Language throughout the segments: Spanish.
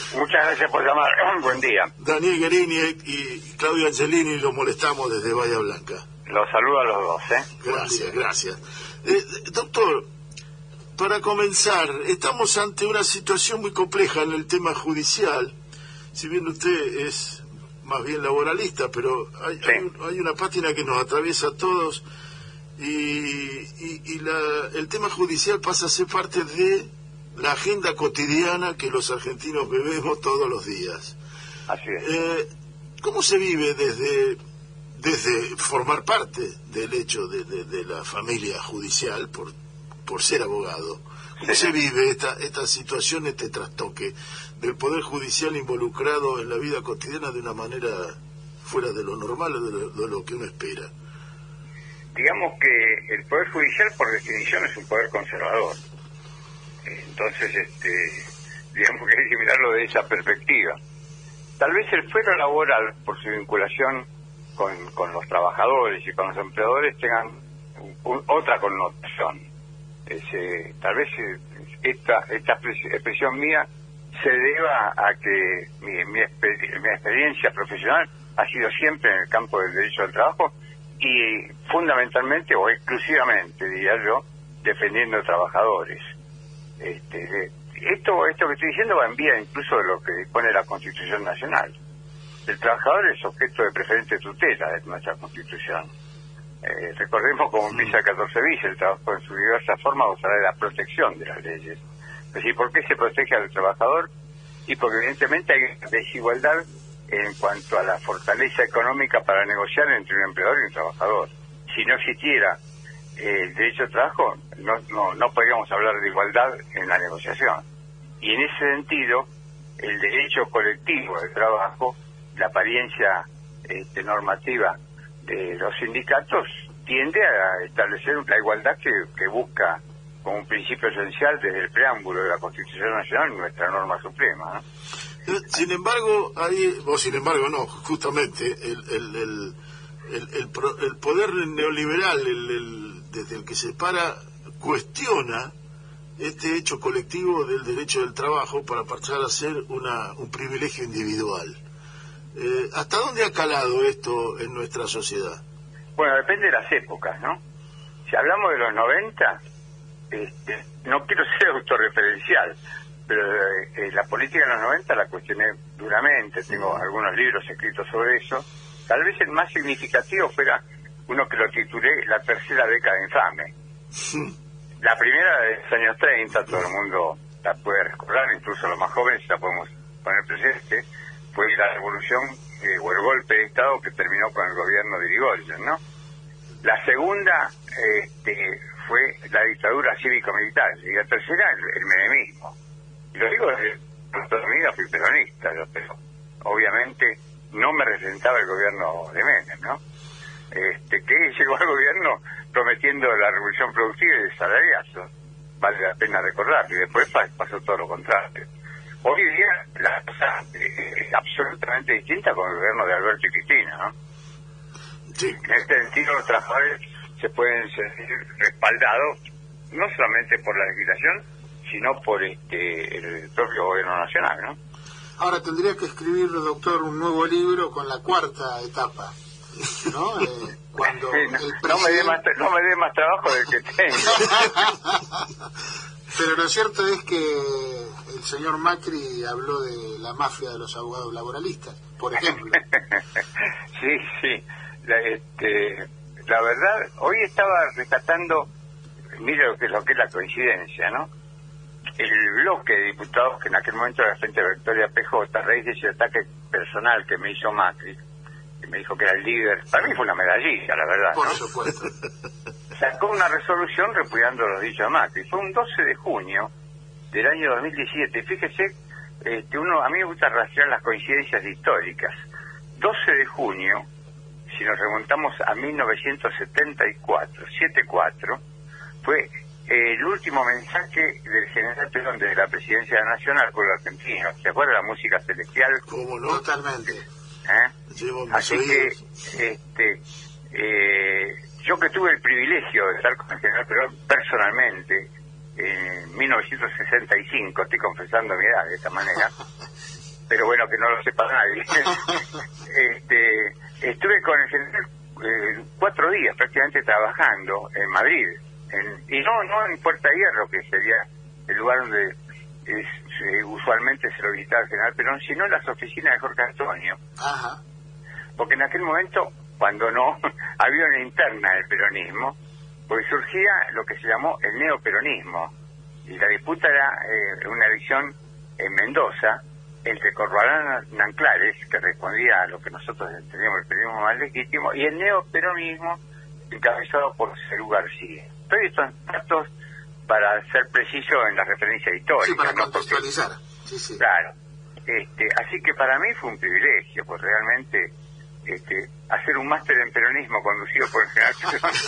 Muchas gracias por llamar. Buen día. Daniel Guerini y Claudio Angelini los molestamos desde Bahía Blanca. Los saludo a los dos, Gracias. Doctor, para comenzar, estamos ante una situación muy compleja en el tema judicial. Si bien usted es más bien laboralista, pero hay una pátina que nos atraviesa a todos y el tema judicial pasa a ser parte de la agenda cotidiana que los argentinos bebemos todos los días. Así es. ¿Cómo se vive desde formar parte del hecho de la familia judicial por ser abogado? ¿Cómo se vive esta situación, este trastoque del Poder Judicial involucrado en la vida cotidiana de una manera fuera de lo normal o de lo que uno espera? Digamos que el Poder Judicial, por definición, es un poder conservador. Entonces, digamos que hay que mirarlo de esa perspectiva. Tal vez el fuero laboral, por su vinculación con los trabajadores y con los empleadores, tengan otra connotación. Tal vez esta expresión mía se deba a que mi experiencia profesional ha sido siempre en el campo del derecho al trabajo y fundamentalmente o exclusivamente, diría yo, defendiendo trabajadores. Esto que estoy diciendo va en vía incluso de lo que dispone la Constitución Nacional. El trabajador es objeto de preferente tutela de nuestra Constitución. Recordemos cómo empieza el 14 bis, el trabajo en su diversa forma gozará de la protección de las leyes. Es decir, ¿por qué se protege al trabajador? Y porque evidentemente hay desigualdad en cuanto a la fortaleza económica para negociar entre un empleador y un trabajador. Si no existiera el derecho al trabajo, no podríamos hablar de igualdad en la negociación. Y en ese sentido, el derecho colectivo de trabajo, la apariencia normativa de los sindicatos, tiende a establecer la igualdad que busca como un principio esencial desde el preámbulo de la Constitución Nacional, nuestra norma suprema, ¿no? Sin embargo, justamente el poder neoliberal, desde el que se para, cuestiona este hecho colectivo del derecho del trabajo para pasar a ser un privilegio individual. ¿Hasta dónde ha calado esto en nuestra sociedad? Bueno, depende de las épocas, ¿no? Si hablamos de los 90, no quiero ser autorreferencial, pero la política de los 90 la cuestioné duramente, tengo algunos libros escritos sobre eso. Tal vez el más significativo fuera uno que lo titulé La tercera década infame. La primera de los años 30, todo el mundo la puede recordar, incluso los más jóvenes la podemos poner presente, fue la revolución o el golpe de Estado que terminó con el gobierno de Irigoyen, ¿no? La segunda fue la dictadura cívico-militar, y la tercera el menemismo. Y lo digo desde toda mi vida, fui peronista, pero obviamente no me representaba el gobierno de Menem, ¿no? Que llegó al gobierno prometiendo la revolución productiva y el salariazo, vale la pena recordar, y después pasó todo lo contrario. Hoy día la cosa es absolutamente distinta con el gobierno de Alberto y Cristina, ¿no? Sí. En este sentido, los trabajadores se pueden sentir respaldados no solamente por la legislación, sino por el propio gobierno nacional, ¿no? Ahora tendría que escribir, doctor, un nuevo libro con la cuarta etapa, ¿no? Cuando no me dé más trabajo del que tengo. Pero lo cierto es que el señor Macri habló de la mafia de los abogados laboralistas, por ejemplo. Sí. La verdad, hoy estaba rescatando, mire lo que es la coincidencia, ¿no? El bloque de diputados que en aquel momento era frente a Victoria PJ, a raíz de ese ataque personal que me hizo Macri, que me dijo que era el líder, para mí fue una medallita, la verdad, Por ¿no? supuesto. Sacó una resolución repudiando los dichos de Macri. Fue un 12 de junio del año 2017. Fíjese, a mí me gusta rastrear las coincidencias históricas. 12 de junio, si nos remontamos a 1974, fue el último mensaje del general Perón desde la presidencia nacional al pueblo argentino. ¿Se acuerda la música celestial? ¿Cómo no? Totalmente. Así que yo que tuve el privilegio de estar con el general Perón personalmente en 1965, estoy confesando mi edad de esta manera, pero bueno, que no lo sepa nadie. Estuve con el general 4 días prácticamente trabajando en Madrid, y no en Puerta de Hierro, que sería el lugar donde usualmente se lo visitaba el general Perón, sino en las oficinas de Jorge Antonio. Ajá. Porque en aquel momento, cuando no había una interna del peronismo, pues surgía lo que se llamó el neoperonismo, y la disputa era una elección en Mendoza entre Corvalán Nanclares, que respondía a lo que nosotros entendíamos el peronismo más legítimo, y el neoperonismo encabezado por Cerú García. Todos estos datos para ser preciso en la referencia histórica. Sí, para ¿no? contextualizar. Porque, sí. Claro. Así que para mí fue un privilegio, pues realmente hacer un máster en peronismo conducido por el general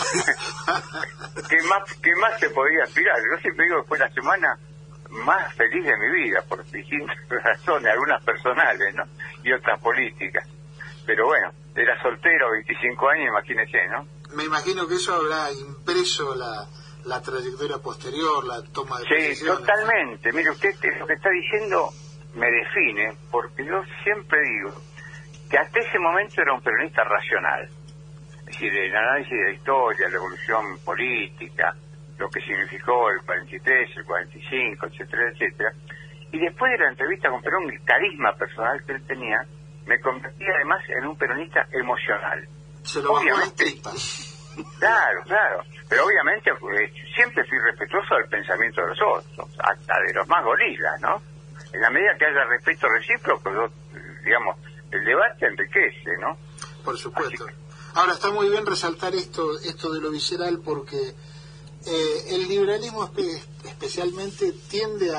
Perón. ¿Qué más se podía aspirar? Yo siempre digo que fue la semana más feliz de mi vida, por distintas razones, algunas personales, ¿no? Y otras políticas. Pero bueno, era soltero, 25 años, imagínese, ¿no? Me imagino que eso habrá impreso la trayectoria posterior, la toma de Sí, decisiones. totalmente. Mire, usted lo que está diciendo me define, porque yo siempre digo que hasta ese momento era un peronista racional. Es decir, el análisis de la historia, la evolución política, lo que significó el 43, el 45, etcétera, etcétera. Y después de la entrevista con Perón, el carisma personal que él tenía, me convertí además en un peronista emocional. Se lo bajó en tripa. Claro. Pero obviamente siempre fui respetuoso del pensamiento de los otros, hasta de los más gorilas, ¿no? En la medida que haya respeto recíproco, digamos, el debate enriquece, ¿no? Por supuesto. Ahora, está muy bien resaltar esto de lo visceral, porque el liberalismo especialmente tiende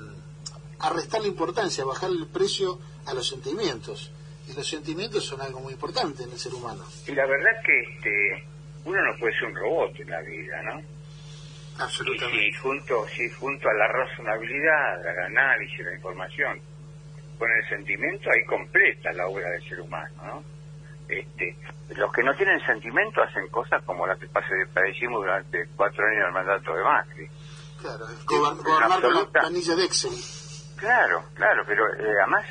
a restar la importancia, a bajar el precio a los sentimientos. Y los sentimientos son algo muy importante en el ser humano. Y la verdad que uno no puede ser un robot en la vida, ¿no? Absolutamente. Y junto a la razonabilidad, al análisis, la información, con el sentimiento, ahí completa la obra del ser humano, ¿no? Los que no tienen sentimiento hacen cosas como las que padecimos durante 4 años del mandato de Macri. Claro, gobernar con la planilla de Excel. Claro, pero además,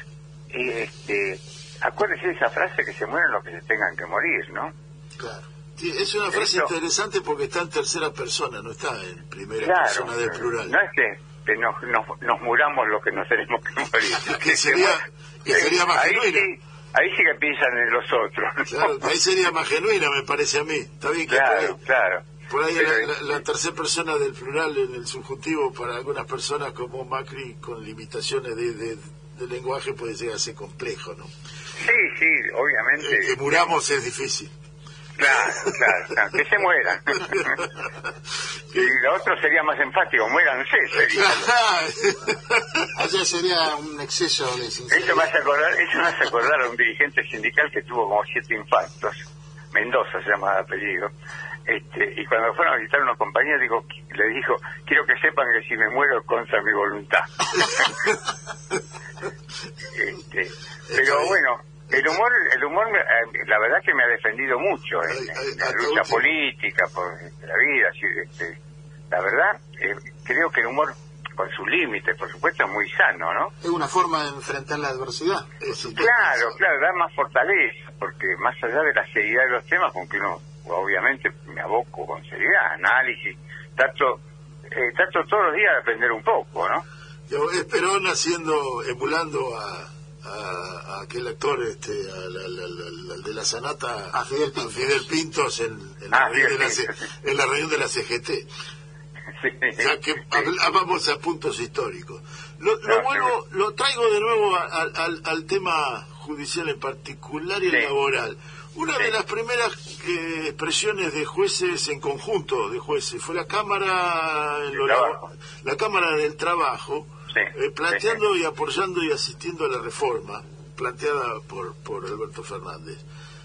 acuérdese de esa frase, que se mueren los que se tengan que morir, ¿no? Claro. Sí, es una frase interesante porque está en tercera persona, no está en primera persona del plural. No es que nos muramos los que nos tenemos que morir. que sería más genuina. Ahí sí que piensan en los otros, ¿no? Claro, ahí sería más genuina, me parece a mí. Está bien que claro. Por ahí la tercera persona del plural en el subjuntivo para algunas personas como Macri con limitaciones de lenguaje puede llegar a ser complejo, ¿no? Sí, obviamente. Que muramos es difícil. Claro, que se mueran. Y lo otro sería más enfático, muéranse. Allá sería un exceso de sinceridad. Eso me hace acordar a un dirigente sindical que tuvo como 7 infartos. Mendoza se llama de apellido. Y cuando fueron a visitar unos compañeros, le dijo, quiero que sepan que si me muero contra mi voluntad. Pero bueno, el humor la verdad que me ha defendido mucho en la lucha política, por la vida. La verdad, creo que el humor, con sus límites, por supuesto, es muy sano, ¿no? Es una forma de enfrentar la adversidad. Claro, da más fortaleza, porque más allá de la seriedad de los temas, con que uno obviamente me aboco con seriedad, análisis, trato todos los días de aprender un poco, ¿no? Es Perón emulando a aquel actor, al de la Sanata, a Fidel Pintos en la reunión de la CGT. Sí, ya que vamos a puntos históricos. Lo traigo de nuevo al tema judicial en particular y el laboral. Una de las primeras expresiones de jueces en conjunto de jueces fue la Cámara del Trabajo, planteando y apoyando y asistiendo a la reforma planteada por Alberto Fernández.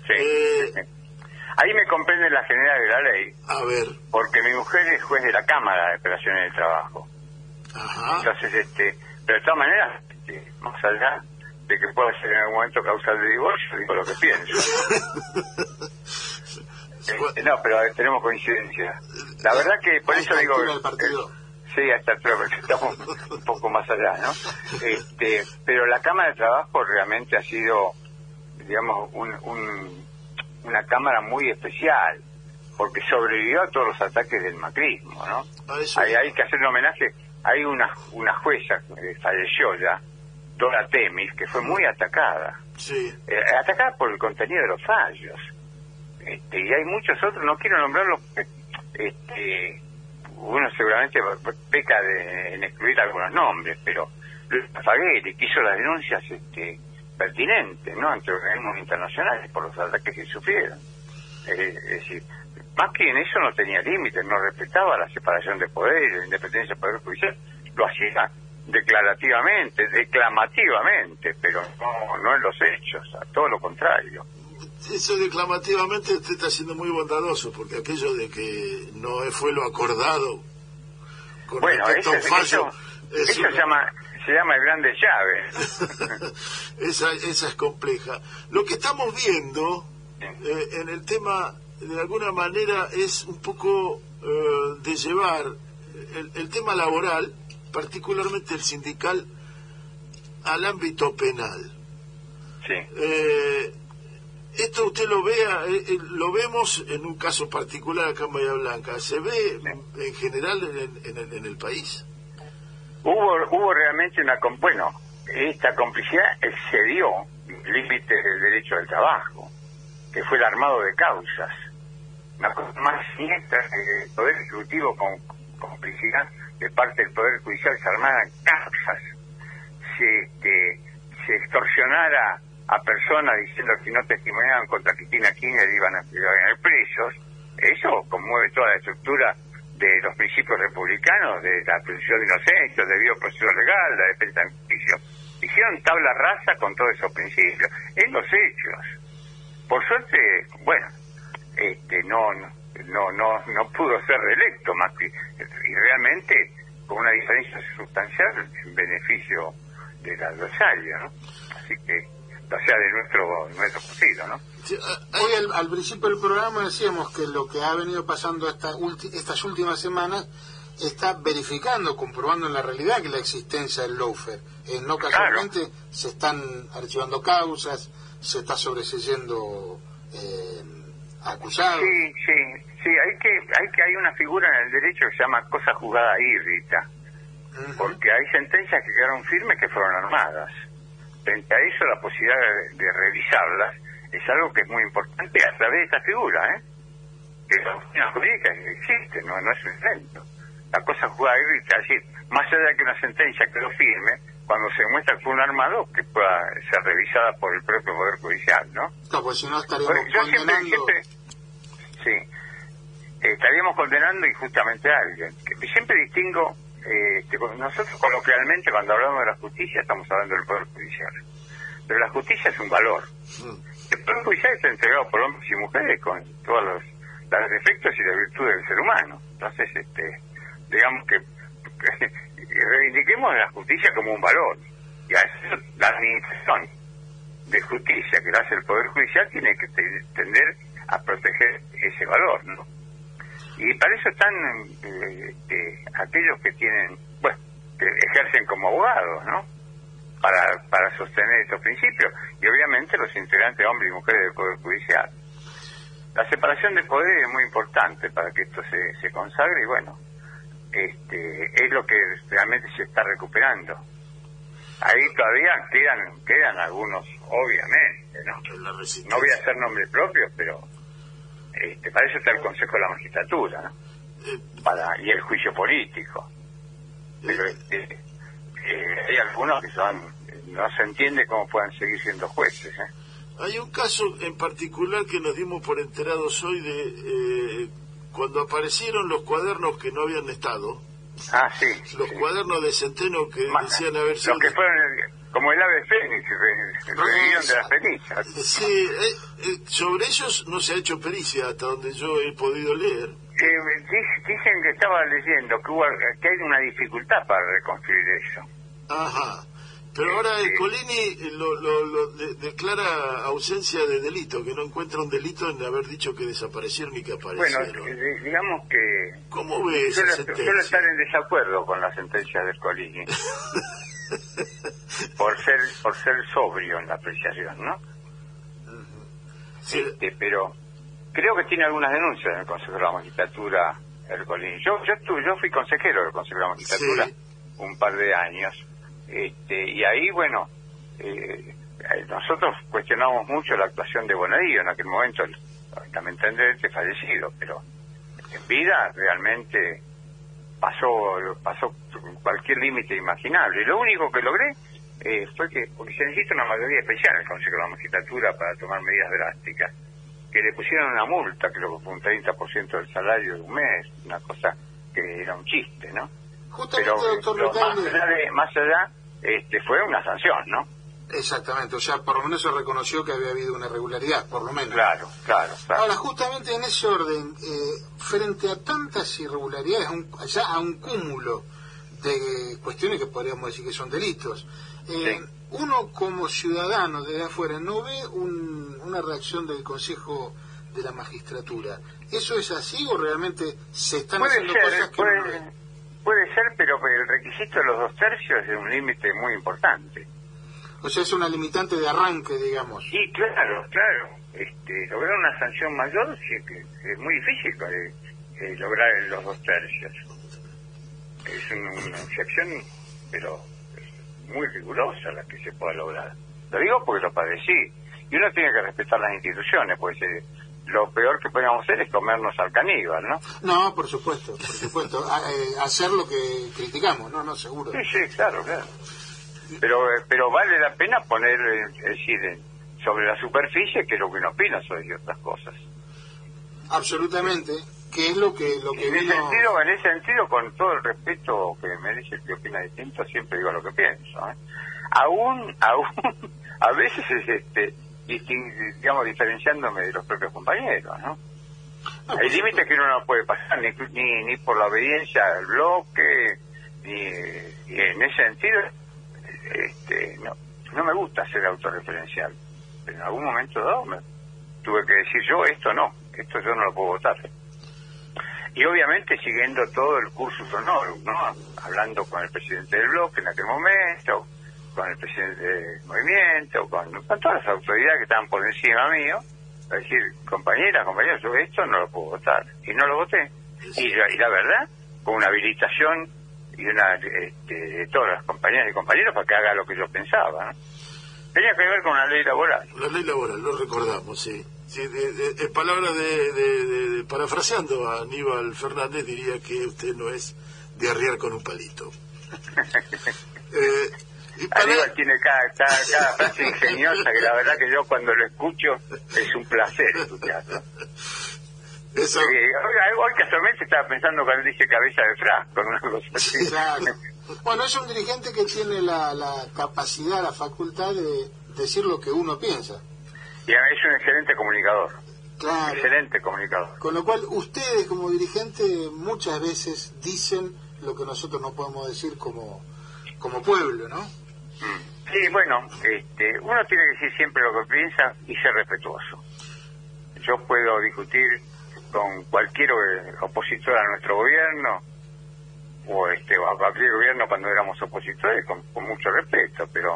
Ahí me comprende la general de la ley. A ver. Porque mi mujer es juez de la Cámara de Apelaciones del Trabajo. Ajá. Entonces, pero de todas maneras, más allá de que pueda ser en algún momento causal de divorcio, digo lo que pienso. No, pero tenemos coincidencia. La verdad que por eso digo... Sí, hasta creo que estamos un poco más allá, ¿no? Pero la Cámara de Trabajo realmente ha sido, digamos, una cámara muy especial, porque sobrevivió a todos los ataques del macrismo, ¿no? Hay que hacer un homenaje. Hay una jueza que falleció ya, Dora Temis, que fue muy atacada. Sí. Atacada por el contenido de los fallos. Y hay muchos otros, no quiero nombrarlos, uno seguramente peca en excluir algunos nombres, pero Fagueri que hizo las denuncias pertinentes, ¿no?, ante organismos internacionales por los ataques que sufrieron. Es decir, más que en eso no tenía límites, no respetaba la separación de poderes, la independencia del Poder Judicial, lo hacía declamativamente, pero no en los hechos, a todo lo contrario. Eso declamativamente usted está siendo muy bondadoso, porque aquello de que no fue lo acordado con respecto a un fallo... Eso se llama el gran llave. esa es compleja. Lo que estamos viendo en el tema, de alguna manera, es un poco de llevar el tema laboral, particularmente el sindical, al ámbito penal. Sí. Esto usted lo vea, lo vemos en un caso particular acá en Bahía Blanca. ¿Se ve en general en el país? Hubo realmente esta complicidad excedió límites del derecho del trabajo, que fue el armado de causas. Una cosa más siniestra que el Poder Ejecutivo con complicidad de parte del Poder Judicial se armaran causas, se extorsionara a personas diciendo que si no testimoniaban contra Cristina Kirchner iban a ir presos. Eso conmueve toda la estructura de los principios republicanos, de la presunción de inocencia, de debido proceso legal, la defensa en juicio. Hicieron tabla rasa con todos esos principios, en los hechos. Por suerte, no pudo ser reelecto Macri, y realmente con una diferencia sustancial en beneficio del adversario, ¿no? Así que, o sea, de nuestro partido, ¿no? Hoy al principio del programa decíamos que lo que ha venido pasando estas últimas semanas está verificando, comprobando en la realidad que la existencia del lawfare. No casualmente se están archivando causas, se está sobreseyendo acusados. Sí, hay una figura en el derecho que se llama cosa juzgada írrita, porque hay sentencias que quedaron firmes que fueron armadas. Frente a eso, la posibilidad de revisarlas es algo que es muy importante a través de esta figura, que la doctrina jurídica existe, no es un invento. La cosa jugada írrita, es decir, más allá de que una sentencia quedó firme, cuando se muestra que fue un armado, que pueda ser revisada por el propio Poder Judicial, ¿no? No, pues si no estaríamos condenando... estaríamos condenando injustamente a alguien. Siempre distingo, nosotros coloquialmente cuando hablamos de la justicia estamos hablando del Poder Judicial. Pero la justicia es un valor. El Poder Judicial está entregado por hombres y mujeres con todos los defectos y las virtudes del ser humano. Entonces, digamos que reivindiquemos la justicia como un valor. Y a eso la administración de justicia que hace el Poder Judicial tiene que tender a proteger ese valor, ¿no? Y para eso están aquellos que tienen, que ejercen como abogados, ¿no? Para sostener estos principios. Y obviamente los integrantes, hombres y mujeres del Poder Judicial. La separación de poderes es muy importante para que esto se consagre y es lo que realmente se está recuperando. Ahí todavía quedan algunos, obviamente, ¿no? No voy a hacer nombres propios, pero para eso está el Consejo de la Magistratura, ¿no? Y el juicio político. Pero hay algunos que no se entiende cómo puedan seguir siendo jueces, Hay un caso en particular que nos dimos por enterados hoy de cuando aparecieron los cuadernos que no habían estado. Los cuadernos de Centeno que decían haber sido... Los que fueron como el ave fénix, revivieron de las cenizas. Sí, sobre ellos no se ha hecho pericia hasta donde yo he podido leer. Dicen que estaba leyendo que hay una dificultad para reconstruir eso. Ajá. Pero ahora el Colini lo declara ausencia de delito, que no encuentra un delito en haber dicho que desaparecieron y que aparecieron. Bueno, digamos que... ¿Cómo ve esa sentencia? Suelo estar en desacuerdo con la sentencia del Colini. por ser sobrio en la apreciación, ¿no? Sí. Pero creo que tiene algunas denuncias en el Consejo de la Magistratura el Colini. Yo fui consejero del Consejo de la Magistratura un par de años. Y ahí, bueno, nosotros cuestionamos mucho la actuación de Bonadío en aquel momento, lamentablemente fallecido, pero en vida realmente pasó cualquier límite imaginable. Y lo único que logré fue porque se necesita una mayoría especial en el Consejo de la Magistratura para tomar medidas drásticas, que le pusieron una multa, creo que fue un 30% del salario de un mes, una cosa que era un chiste, ¿no? Justamente, pero doctor más allá fue una sanción, ¿no? Exactamente, o sea, por lo menos se reconoció que había habido una irregularidad, por lo menos. Claro. Ahora, justamente en ese orden, frente a tantas irregularidades, ya a un cúmulo de cuestiones que podríamos decir que son delitos, uno como ciudadano desde afuera no ve una reacción del Consejo de la Magistratura. ¿Eso es así o realmente se están haciendo cosas que uno no ve? Puede ser, pero el requisito de los 2/3 es un límite muy importante. O sea, es una limitante de arranque, digamos. Sí, claro. Lograr una sanción mayor sí, que es muy difícil lograr los 2/3. Es una excepción, pero es muy rigurosa la que se pueda lograr. Lo digo porque lo padecí. Y uno tiene que respetar las instituciones, pues lo peor que podemos hacer es comernos al caníbal, ¿no? No, por supuesto. Hacer lo que criticamos, no, seguro. Sí, claro. Pero vale la pena poner, sobre la superficie que es lo que uno opina sobre otras cosas. Absolutamente. ¿Qué es lo que en ese sentido, con todo el respeto que merece el que opina distinto, siempre digo lo que pienso, ¿eh? Aún a veces diferenciándome de los propios compañeros, ¿no? Hay límites que uno no puede pasar, ni por la obediencia al bloque, y en ese sentido no me gusta ser autorreferencial, pero en algún momento dado tuve que decir esto yo no lo puedo votar. Y obviamente siguiendo todo el cursus honorum, ¿no? Hablando con el presidente del bloque en aquel momento, con el presidente del movimiento, con todas las autoridades que estaban por encima mío, a decir, compañeros, yo esto no lo puedo votar. Y no lo voté. Y la verdad, con una habilitación y de todas las compañeras y compañeros para que haga lo que yo pensaba, ¿no? Tenía que ver con la ley laboral. La ley laboral, lo recordamos, sí. En palabras de parafraseando a Aníbal Fernández, diría que usted no es de arriar con un palito. Aníbal tiene cada frase ingeniosa que la verdad que yo cuando lo escucho es un placer escucharlo. Eso. Hoy casualmente estaba pensando cuando dice cabeza de frasco, una cosa así. Claro. Bueno, es un dirigente que tiene la capacidad, la facultad de decir lo que uno piensa. Y es un excelente comunicador. Claro. Excelente comunicador. Con lo cual, ustedes como dirigente muchas veces dicen lo que nosotros no podemos decir como pueblo, ¿no? Sí, bueno, uno tiene que decir siempre lo que piensa y ser respetuoso. Yo puedo discutir con cualquier opositor a nuestro gobierno o a cualquier gobierno cuando éramos opositores con mucho respeto, pero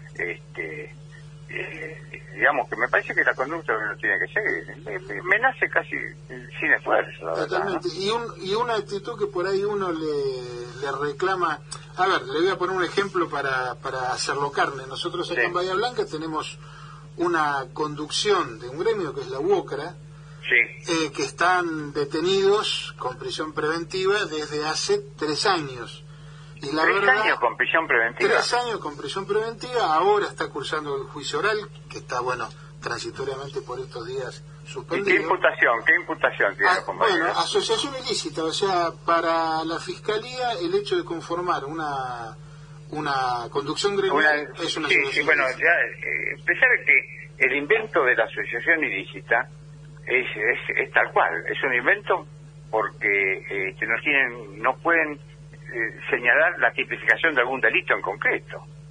digamos que me parece que la conducta que uno tiene que seguir me nace casi sin esfuerzo, la totalmente, verdad, ¿no? y una actitud que por ahí uno le reclama. A ver, le voy a poner un ejemplo para hacerlo carne. Nosotros acá en Bahía Blanca tenemos una conducción de un gremio que es la UOCRA, que están detenidos con prisión preventiva desde hace 3 años. Y la 3 verdad, años con prisión preventiva. 3 años con prisión preventiva, ahora está cursando el juicio oral, que está, transitoriamente por estos días suspendido. ¿Y qué imputación tiene, compañero? Bueno, asociación ilícita, o sea, para la Fiscalía el hecho de conformar una conducción gremial es una asociación ilícita. Bueno, ya, pensar que el invento de la asociación ilícita es tal cual, es un invento porque no pueden señalar la tipificación de algún delito en concreto.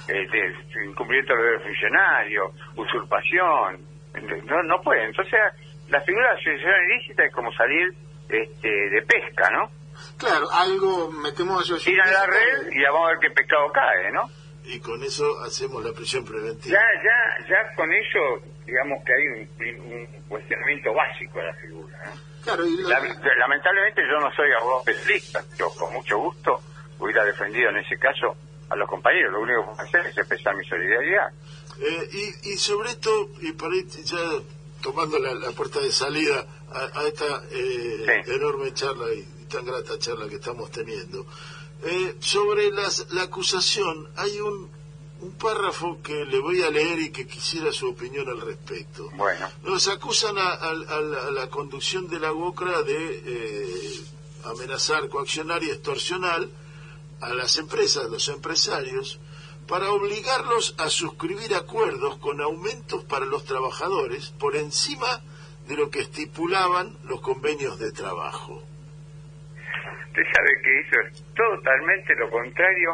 incumplimiento de deber funcionario, usurpación, no puede. Entonces, la figura de la asociación ilícita es como salir de pesca, ¿no? Claro, algo metemos tiran la red y ya vamos a ver qué pescado cae, ¿no? Y con eso hacemos la prisión preventiva. Ya con eso, digamos que hay un cuestionamiento básico de la figura, ¿no? Claro, lamentablemente yo no soy abogado penalista, yo con mucho gusto hubiera defendido en ese caso a los compañeros, lo único que puedo hacer es expresar mi solidaridad. Y sobre esto, y para ir ya tomando la puerta de salida a esta enorme charla y tan grata charla que estamos teniendo, sobre la acusación, hay un párrafo que le voy a leer y que quisiera su opinión al respecto. Bueno. Nos acusan a la conducción de la UOCRA de amenazar, coaccionar y extorsionar a las empresas, los empresarios, para obligarlos a suscribir acuerdos con aumentos para los trabajadores por encima de lo que estipulaban los convenios de trabajo. Usted sabe que eso es totalmente lo contrario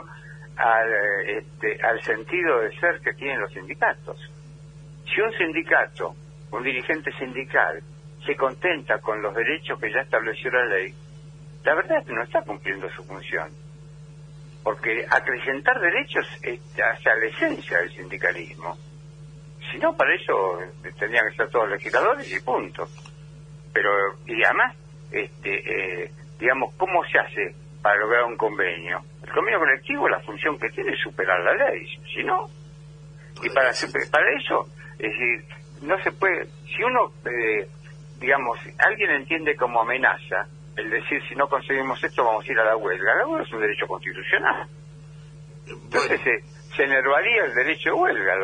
al sentido de ser que tienen los sindicatos. Si un sindicato, un dirigente sindical, se contenta con los derechos que ya estableció la ley, la verdad es que no está cumpliendo su función. Porque acrecentar derechos es hacia la esencia del sindicalismo. Si no, para eso tendrían que ser todos legisladores y punto. Pero, y además, digamos, ¿cómo se hace para lograr un convenio? El convenio colectivo, la función que tiene es superar la ley. Si no, y para eso, es decir, no se puede, si uno, digamos, alguien entiende como amenaza, el decir, si no conseguimos esto, vamos a ir a la huelga. La huelga es un derecho constitucional. Entonces se enervaría el derecho de huelga,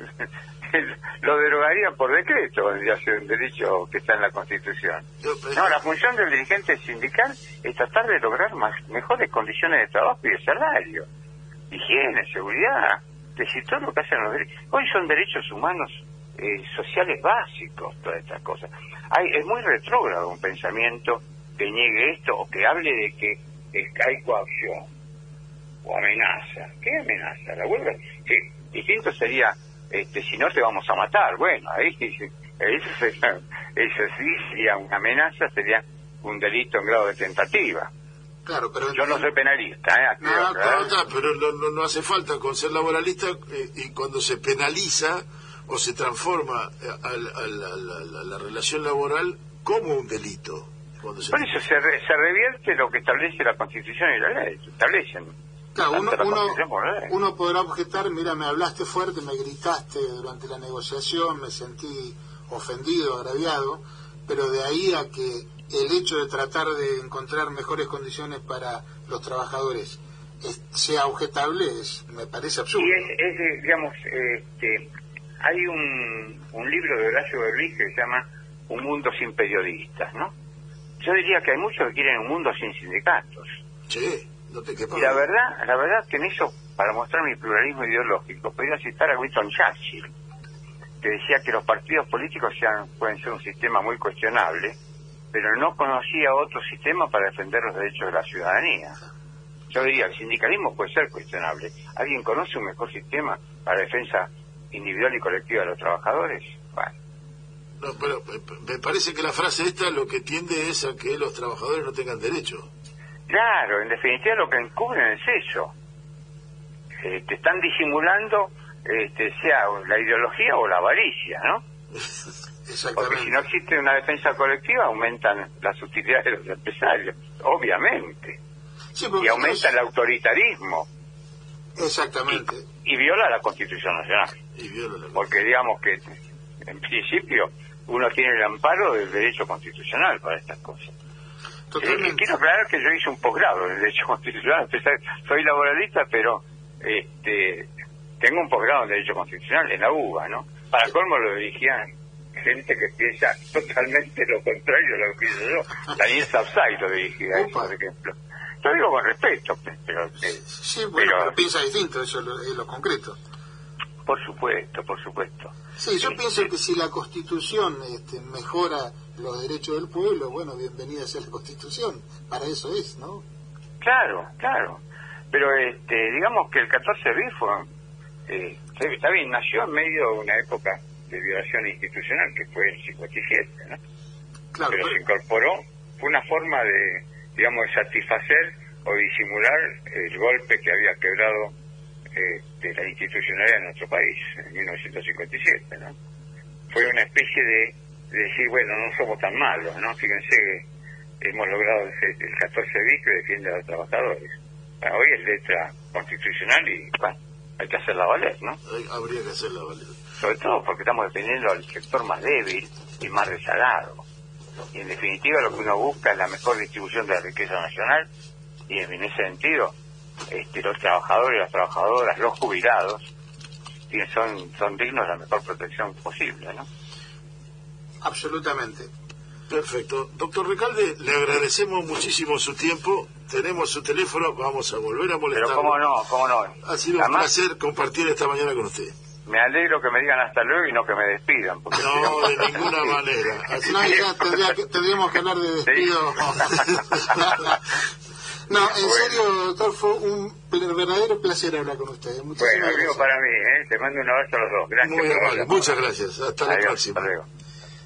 lo derogarían por decreto, vendría a ser un derecho que está en la Constitución. No, la función del dirigente sindical es tratar de lograr mejores condiciones de trabajo y de salario, higiene, seguridad, decir, todo lo que hacen los derechos. Hoy son derechos humanos sociales básicos, todas estas cosas. Es muy retrógrado un pensamiento que niegue esto o que hable de que hay coacción o amenaza. ¿Qué amenaza? La huelga. Sí, distinto sería, si no te vamos a matar. Bueno, ahí eso sí sería una amenaza, sería un delito en grado de tentativa. Claro, pero yo no soy penalista, pero no hace falta con ser laboralista, y cuando se penaliza o se transforma la relación laboral como un delito. Por eso se revierte lo que establece la Constitución y la ley. Establecen. Claro, uno podrá objetar, mira, me hablaste fuerte, me gritaste durante la negociación, me sentí ofendido, agraviado, pero de ahí a que el hecho de tratar de encontrar mejores condiciones para los trabajadores sea objetable, me parece absurdo. Y digamos, hay un libro de Horacio Berlín que se llama Un mundo sin periodistas, ¿no? Yo diría que hay muchos que quieren un mundo sin sindicatos. Sí, no te quepas. Y la verdad que en eso, para mostrar mi pluralismo ideológico, podría citar a Winston Churchill, que decía que los partidos políticos pueden ser un sistema muy cuestionable, pero no conocía otro sistema para defender los derechos de la ciudadanía. Yo diría, el sindicalismo puede ser cuestionable. ¿Alguien conoce un mejor sistema para defensa individual y colectiva de los trabajadores? Bueno. No, pero me parece que la frase esta lo que tiende es a que los trabajadores no tengan derecho. Claro, en definitiva lo que encubren es eso. Te están disimulando sea la ideología o la avaricia, ¿no? Porque si no existe una defensa colectiva, aumentan las utilidades de los empresarios, obviamente. Sí, y aumenta el autoritarismo. Exactamente. Y viola la Constitución Nacional. Porque digamos que, en principio, uno tiene el amparo del derecho constitucional para estas cosas. Quiero aclarar que yo hice un posgrado en Derecho Constitucional. Soy laboralista, pero tengo un posgrado en Derecho Constitucional en la UBA, ¿no? Para colmo lo dirigían gente que piensa totalmente lo contrario de lo que pienso yo. Daniel Sapsay lo dirigía, por ejemplo. Lo digo con respeto, pero... pero piensa distinto, eso es lo concreto. Por supuesto, por supuesto. Sí, yo pienso que si la Constitución mejora los derechos del pueblo, bueno, bienvenida sea la Constitución, para eso es, ¿no? Claro, claro. Pero digamos que el 14 bis está bien, nació en medio de una época de violación institucional, que fue el 57, ¿no? Claro, pero se incorporó, fue una forma de, digamos, de satisfacer o disimular el golpe que había quebrado de la institucionalidad en nuestro país en 1957, ¿no? Fue una especie de decir, bueno, no somos tan malos, ¿no? Fíjense que hemos logrado el 14 bis que defiende a los trabajadores. Bueno, hoy es letra constitucional y, bueno, hay que hacerla valer, ¿no? Habría que hacerla valer. Sobre todo porque estamos defendiendo al sector más débil y más rezagado. Y en definitiva lo que uno busca es la mejor distribución de la riqueza nacional, y en ese sentido los trabajadores, las trabajadoras, los jubilados son dignos de la mejor protección posible, ¿no? Absolutamente. Perfecto. Doctor Recalde, le agradecemos muchísimo su tiempo. Tenemos su teléfono, vamos a volver a molestarlo. Pero cómo no. Ha sido un placer compartir esta mañana con usted. Me alegro que me digan hasta luego y no que me despidan. Porque no, de ninguna manera. Así no, ya tendríamos que hablar de despido. No, en serio, doctor, fue un verdadero placer hablar con usted. Bueno, amigo, para mí, te mando un abrazo a los dos. Gracias. Muy amable, muchas gracias. Hasta la próxima. Hasta luego.